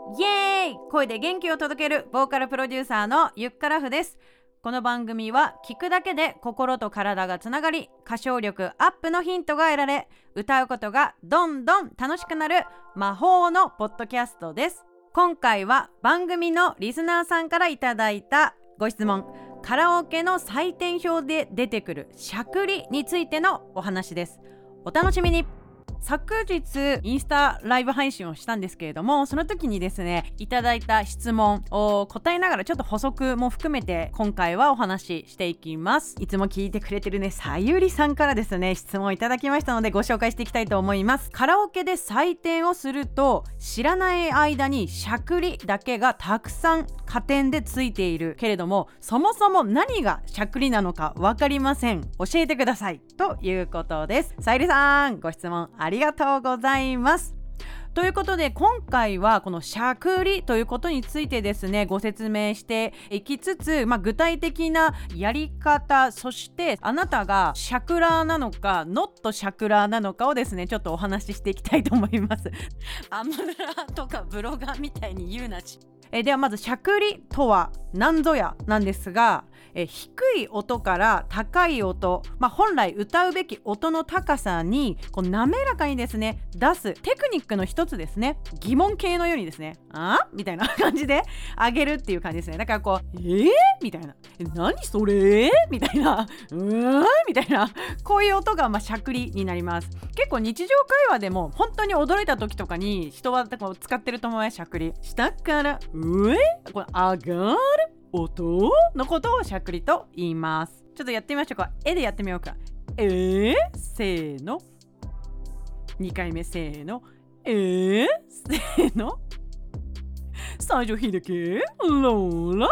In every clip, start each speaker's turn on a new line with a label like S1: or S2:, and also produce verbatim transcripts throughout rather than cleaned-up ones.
S1: イエーイ、声で元気を届けるボーカルプロデューサーのゆっからふです。この番組は聞くだけで心と体がつながり、歌唱力アップのヒントが得られ、歌うことがどんどん楽しくなる魔法のポッドキャストです。今回は番組のリスナーさんからいただいたご質問、カラオケの採点表で出てくるしゃくりについてのお話です。お楽しみに。昨日インスタライブ配信をしたんですけれども、その時にですねいただいた質問を答えながらちょっと補足も含めて今回はお話ししていきます。いつも聞いてくれてるねさゆりさんからですね質問いただきましたのでご紹介していきたいと思います。カラオケで採点をすると知らない間にしゃくりだけがたくさん加点でついているけれども、そもそも何がしゃくりなのか分かりません。教えてくださいということです。さゆりさん、ご質問ありがとうございます。ということで今回はこのしゃくりということについてですねご説明していきつつ、まあ、具体的なやり方、そしてあなたがシャクラーなのかノットシャクラーなのかをですねちょっとお話ししていきたいと思います。アムラとかブロガーみたいに言うなち。えではまずしゃくりとは何ぞやなんですが、え低い音から高い音、まあ、本来歌うべき音の高さにこう滑らかにですね出すテクニックの一つですね。疑問形のようにですねあみたいな感じで上げるっていう感じですね。だからこうえー、みたいなえ何それみたいなうーんみたいなこういう音がまあしゃくりになります。結構日常会話でも本当に驚いた時とかに人はこう使ってると思います。しゃくり下から上これ上がる音のことをしゃくりと言います。ちょっとやってみましょうか。絵でやってみようか。えー、せーの。にかいめせーの。えー、せーの。西城秀樹ローラ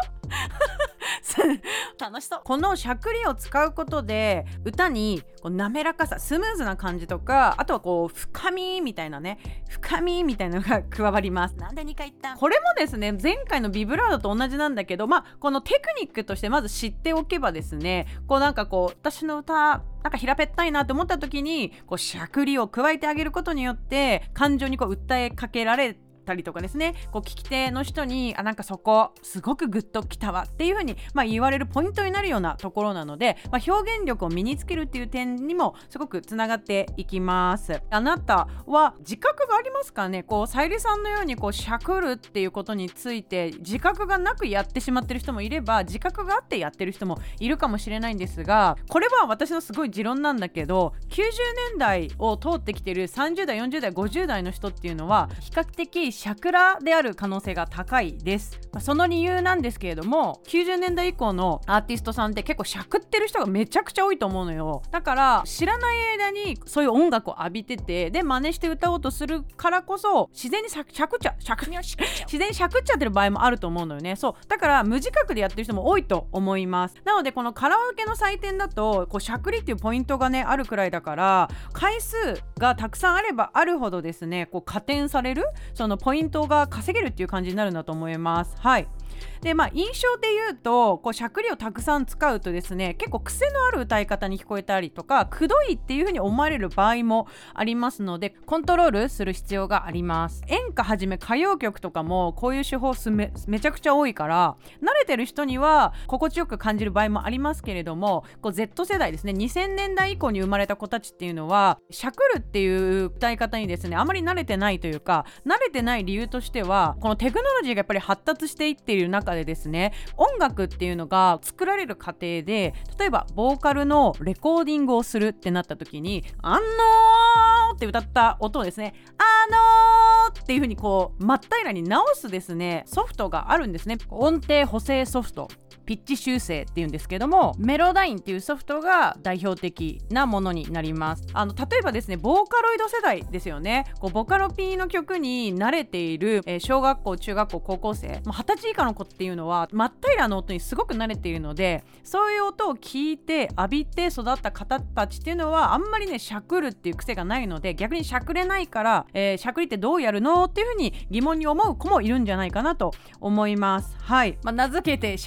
S1: 楽しそう。このしゃくりを使うことで歌にこう滑らかさ、スムーズな感じとか、あとはこう深みみたいなね深みみたいなのが加わります。なんでにかい言った？これもですね前回のビブラードと同じなんだけど、まあこのテクニックとしてまず知っておけばですね、こうなんかこう私の歌なんか平べったいなって思った時にこうしゃくりを加えてあげることによって感情にこう訴えかけられたりとかですね、こう聞き手の人にあなんかそこすごくグッときたわっていう風にまあ言われるポイントになるようなところなので、まあ、表現力を身につけるっていう点にもすごくつながっていきます。あなたは自覚がありますかね。こうさゆりさんのようにこうしゃくるっていうことについて自覚がなくやってしまってる人もいれば、自覚があってやってる人もいるかもしれないんですが、これは私のすごい持論なんだけど、きゅうじゅうねんだいを通ってきてるさんじゅうだいよんじゅうだいごじゅうだいの人っていうのは比較的シャクラである可能性が高いです。その理由なんですけれども、きゅうじゅうねんだい以降のアーティストさんって結構しゃくってる人がめちゃくちゃ多いと思うのよ。だから知らない間にそういう音楽を浴びてて、で真似して歌おうとするからこそ自然にしゃくっちゃしゃく自然にしゃくっちゃってる場合もあると思うのよね。そうだから無自覚でやってる人も多いと思います。なのでこのカラオケの採点だとこうしゃくりっていうポイントがねあるくらいだから、回数がたくさんあればあるほどですねこう加点されるそのポイントが稼げるっていう感じになるんだと思います。はい。でまあ印象で言うとこうしゃくりをたくさん使うとですね結構癖のある歌い方に聞こえたりとかくどいっていう風に思われる場合もありますので、コントロールする必要があります。演歌はじめ歌謡曲とかもこういう手法すめめちゃくちゃ多いから、慣れてる人には心地よく感じる場合もありますけれども、こう Z 世代ですねにせんねんだい以降に生まれた子たちっていうのはしゃくるっていう歌い方にですねあまり慣れてないというか、慣れてない理由としてはこのテクノロジーがやっぱり発達していっている中でですね、音楽っていうのが作られる過程で例えばボーカルのレコーディングをするってなった時にあのーって歌った音をですねあのーっていう風にこう真っ平らに直すですねソフトがあるんですね。音程補正ソフト、ピッチ修正っていうんですけども、メロダインっていうソフトが代表的なものになります。あの例えばですねボーカロイド世代ですよね。こうボカロ P の曲に慣れている、えー、小学校中学校高校生はたち以下の子っていうのは真っ平らの音にすごく慣れているので、そういう音を聞いて浴びて育った方たちっていうのはあんまりねしゃくるっていう癖がないので、逆にしゃくれないから、えー、しゃくりってどうやるのっていう風に疑問に思う子もいるんじゃないかなと思います。はい、まあ、名付けてしゃくら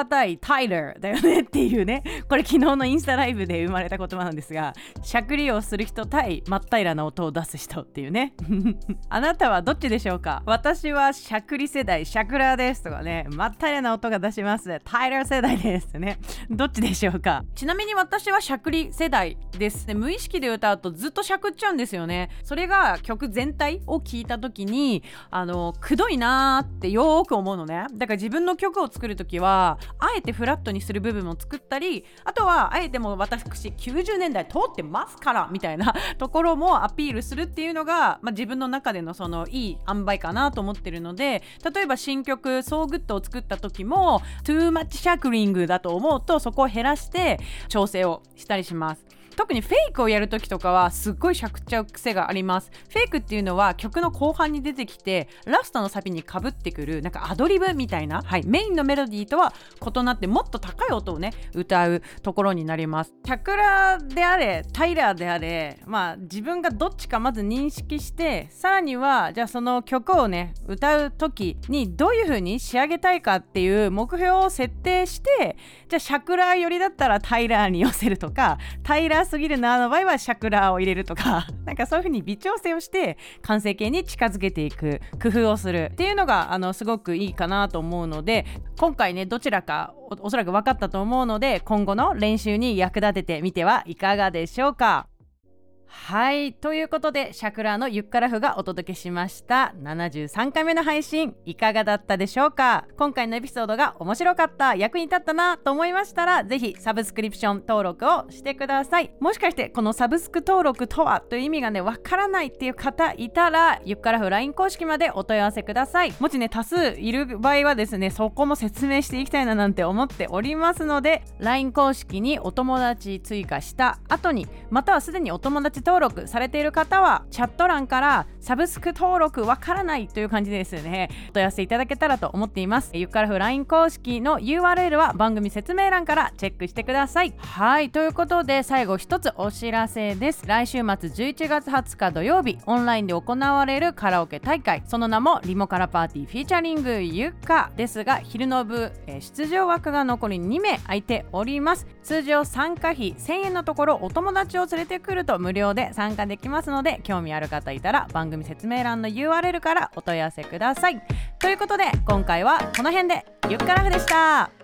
S1: 対タイラーだよねっていうね、これ昨日のインスタライブで生まれた言葉なんですが、しゃくりをする人対真っ平らな音を出す人っていうねあなたはどっちでしょうか？私はしゃくり世代、しゃくらですとかね、真っ平らな音が出しますタイラー世代ですね。どっちでしょうか？ちなみに私はしゃくり世代ですね。無意識で歌うとずっとしゃくっちゃうんですよね。それが曲全体を聴いた時にあのくどいなーってよーく思うのね。だから自分の曲を作る時はあえてフラットにする部分も作ったり、あとはあえても私きゅうじゅうねんだい通ってますからみたいなところもアピールするっていうのが、まあ、自分の中でのそのいい塩梅かなと思ってるので、例えば新曲 So Good を作った時も Too Much Shackling だと思うとそこを減らして調整をしたりします。特にフェイクをやるときとかはすっごいしゃくっちゃう癖があります。フェイクっていうのは曲の後半に出てきてラストのサビにかぶってくるなんかアドリブみたいな、はい、メインのメロディーとは異なってもっと高い音をね歌うところになります。チャクラであれタイラーであれ、まあ自分がどっちかまず認識して、さらにはじゃあその曲をね歌うときにどういう風に仕上げたいかっていう目標を設定して、じゃあシャクラー寄りだったらタイラーに寄せるとか、タイラーすぎるなの場合はシャクラーを入れるとかなんかそういう風に微調整をして完成形に近づけていく工夫をするっていうのがあのすごくいいかなと思うので、今回ねどちらか お, おそらく分かったと思うので、今後の練習に役立ててみてはいかがでしょうか。はい、ということでシャクラーのユッカラフがお届けしましたななじゅうさんかいめの配信、いかがだったでしょうか？今回のエピソードが面白かった、役に立ったなと思いましたら、ぜひサブスクリプション登録をしてください。もしかしてこのサブスク登録とはという意味がねわからないっていう方いたら、ユッカラフ ライン 公式までお問い合わせください。もしね多数いる場合はですね、そこも説明していきたいななんて思っておりますので、 ライン 公式にお友達追加した後に、またはすでにお友達登録されている方はチャット欄からサブスク登録わからないという感じですね、お問い合わせいただけたらと思っています。ユッカラフ ライン 公式の ユーアールエル は番組説明欄からチェックしてください。はい、ということで最後一つお知らせです。来週末じゅういちがつはつか土曜日、オンラインで行われるカラオケ大会、その名もリモカラパーティーフィーチャリングユッカですが、昼の部、えー、出場枠が残りにめい空いております。通常参加費せんえんのところ、お友達を連れてくると無料で参加できますので、興味ある方いたら番組説明欄の ユーアールエル からお問い合わせください。ということで今回はこの辺で、ユッカラフでした。